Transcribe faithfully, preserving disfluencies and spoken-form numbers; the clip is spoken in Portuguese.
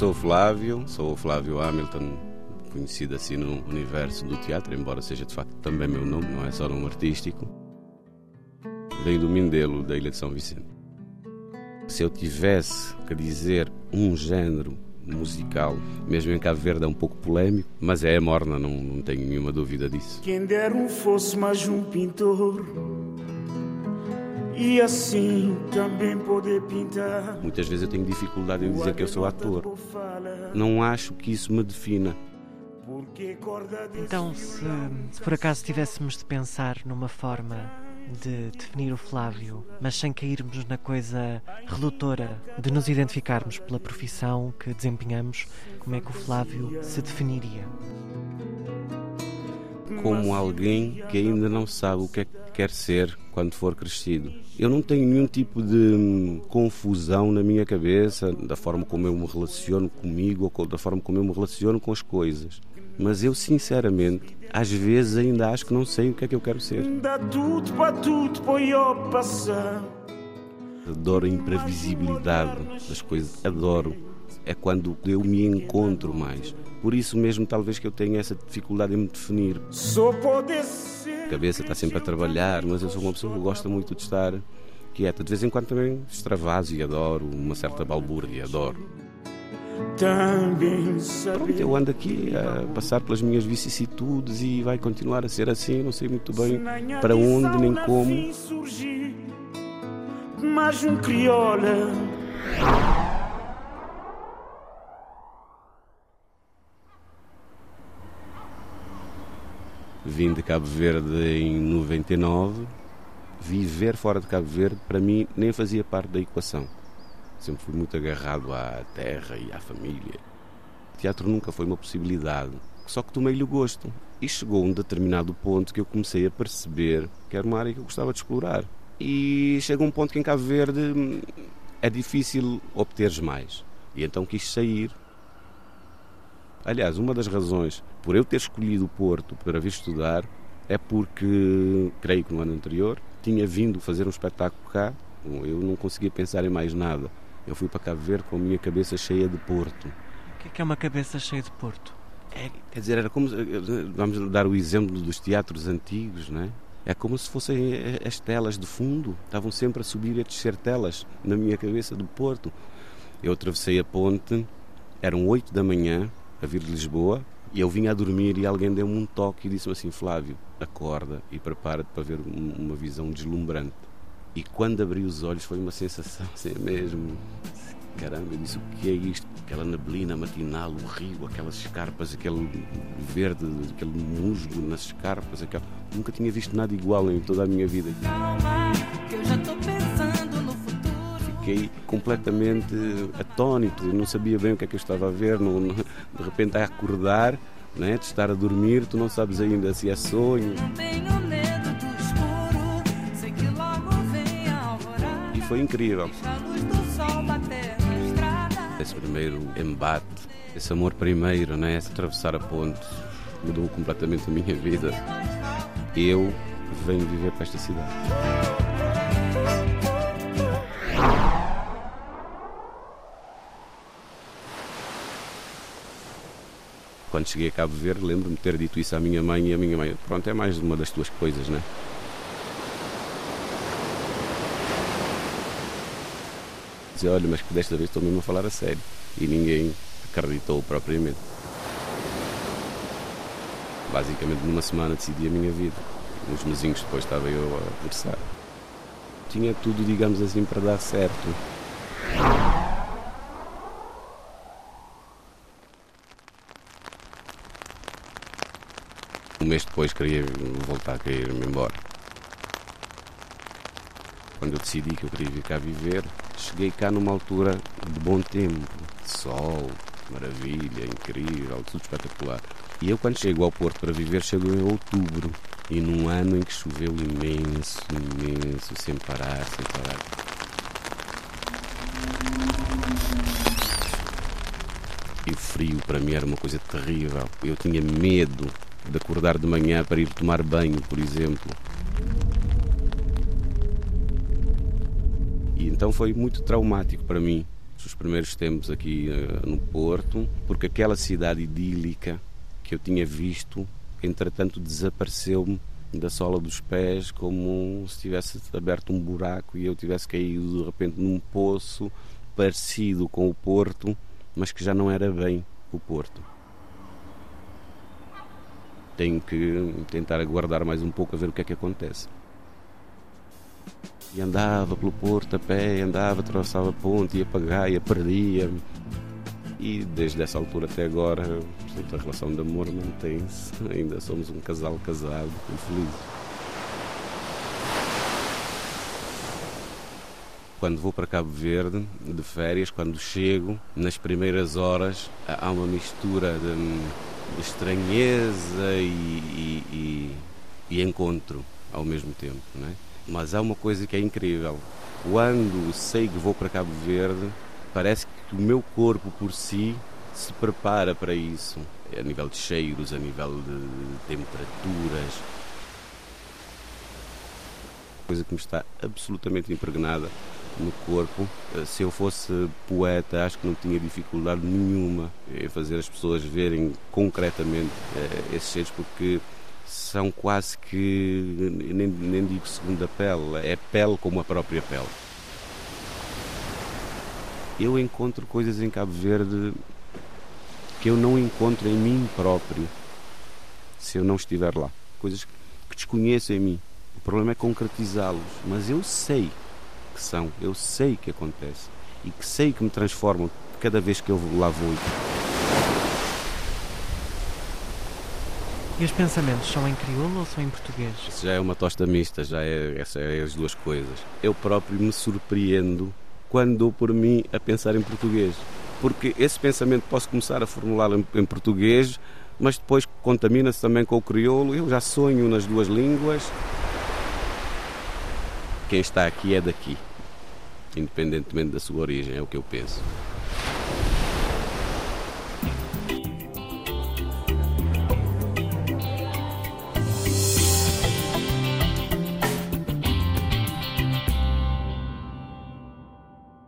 sou o Flávio, sou o Flávio Hamilton, conhecido assim no universo do teatro, embora seja de facto também meu nome, não é só nome artístico. Venho do Mindelo, da Ilha de São Vicente. Se eu tivesse que dizer um género musical, mesmo em Cabo Verde é um pouco polémico, mas é a morna, não, não tenho nenhuma dúvida disso. Quem dera um fosse mais um pintor e assim também poder pintar. Muitas vezes eu tenho dificuldade em dizer que eu sou ator. Não acho que isso me defina. Então, se, se por acaso tivéssemos de pensar numa forma de definir o Flávio, mas sem cairmos na coisa redutora de nos identificarmos pela profissão que desempenhamos, como é que o Flávio se definiria? Como alguém que ainda não sabe o que é que quer ser quando for crescido. Eu não tenho nenhum tipo de confusão na minha cabeça da forma como eu me relaciono comigo ou da forma como eu me relaciono com as coisas. Mas eu, sinceramente, às vezes ainda acho que não sei o que é que eu quero ser. Dá tudo para tudo, põe ao passar. Adoro a imprevisibilidade das coisas, adoro. É quando eu me encontro mais. Por isso mesmo, talvez que eu tenha essa dificuldade em me definir. A cabeça está sempre a trabalhar, mas eu sou uma pessoa que gosta muito de estar quieta. De vez em quando também extravaso e adoro uma certa balbúrdia, adoro. Pronto, eu ando aqui a passar pelas minhas vicissitudes e vai continuar a ser assim, não sei muito bem para onde nem como. Mais um crioula. Vim de Cabo Verde em noventa e nove. Viver fora de Cabo Verde, para mim, nem fazia parte da equação. Sempre fui muito agarrado à terra e à família. O teatro nunca foi uma possibilidade, só que tomei-lhe o gosto. E chegou a um determinado ponto que eu comecei a perceber que era uma área que eu gostava de explorar. E chega um ponto que em Cabo Verde é difícil obteres mais. E então quis sair. Aliás, uma das razões por eu ter escolhido o Porto para vir estudar é porque, creio que no ano anterior, tinha vindo fazer um espetáculo cá. Eu não conseguia pensar em mais nada. Eu fui para Cabo Verde com a minha cabeça cheia de Porto. O que é uma cabeça cheia de Porto? É, quer dizer, era como... Vamos dar o exemplo dos teatros antigos, não é? É como se fossem as telas de fundo. Estavam sempre a subir e a descer telas na minha cabeça do Porto. Eu atravessei a ponte, eram oito da manhã, a vir de Lisboa, e eu vinha a dormir e alguém deu-me um toque e disse-me assim: Flávio, acorda e prepara-te para ver uma visão deslumbrante. E quando abri os olhos foi uma sensação assim mesmo. Caramba, eu disse: o que é isto? Aquela neblina matinal, o rio, aquelas escarpas, aquele verde, aquele musgo nas escarpas. Aquele... Nunca tinha visto nada igual em toda a minha vida. Que eu já estou pensando no futuro. Fiquei completamente atónito, não sabia bem o que é que eu estava a ver. Não, não, de repente a acordar, né, de estar a dormir, tu não sabes ainda se é sonho. Tenho medo do escuro, sei que logo vem a alvorada. E foi incrível. A luz do sol bater na estrada. Esse primeiro embate, esse amor primeiro, né, esse atravessar a ponte, mudou completamente a minha vida. Eu venho viver para esta cidade. Quando cheguei a Cabo Verde, lembro-me de ter dito isso à minha mãe, e a minha mãe: pronto, é mais uma das tuas coisas, né? Dizia: olha, mas que desta vez estou mesmo a falar a sério. E ninguém acreditou propriamente. Basicamente, numa semana decidi a minha vida. Uns mesinhos depois estava eu a conversar. Tinha tudo, digamos assim, para dar certo. Um mês depois queria voltar a querer-me embora. Quando eu decidi que eu queria vir cá viver, cheguei cá numa altura de bom tempo, de sol, maravilha, incrível, tudo espetacular. E eu, quando chego ao Porto para viver, chego em outubro, e num ano em que choveu imenso, imenso, sem parar, sem parar. E o frio para mim era uma coisa terrível. Eu tinha medo de acordar de manhã para ir tomar banho, por exemplo. E então foi muito traumático para mim os primeiros tempos aqui uh, no Porto, porque aquela cidade idílica que eu tinha visto, entretanto desapareceu-me da sola dos pés, como se tivesse aberto um buraco e eu tivesse caído de repente num poço parecido com o Porto, mas que já não era bem o Porto. Tenho que tentar aguardar mais um pouco a ver o que é que acontece. E andava pelo Porto a pé, andava, atravessava a ponte, ia para Gaia, perdia-me. E desde essa altura até agora, portanto, a relação de amor mantém-se. Ainda somos um casal casado e feliz. Quando vou para Cabo Verde, de férias, quando chego, nas primeiras horas, há uma mistura de, de estranheza e, e, e, e encontro ao mesmo tempo, não é? Mas há uma coisa que é incrível. Quando sei que vou para Cabo Verde, parece que o meu corpo por si se prepara para isso. A nível de cheiros, a nível de temperaturas. Coisa que me está absolutamente impregnada no corpo. Se eu fosse poeta, acho que não tinha dificuldade nenhuma em fazer as pessoas verem concretamente esses cheiros, porque são quase que, nem, nem digo segunda pele, é pele como a própria pele. Eu encontro coisas em Cabo Verde que eu não encontro em mim próprio, se eu não estiver lá. Coisas que desconheço em mim. O problema é concretizá-los, mas eu sei que são, eu sei que acontece e que sei que me transformam cada vez que eu lá vou. E os pensamentos são em crioulo ou são em português? Isso já é uma tosta mista, já é, essa é as duas coisas. Eu próprio me surpreendo quando dou por mim a pensar em português. Porque esse pensamento posso começar a formulá-lo em, em português, mas depois contamina-se também com o crioulo. Eu já sonho nas duas línguas. Quem está aqui é daqui, independentemente da sua origem, é o que eu penso.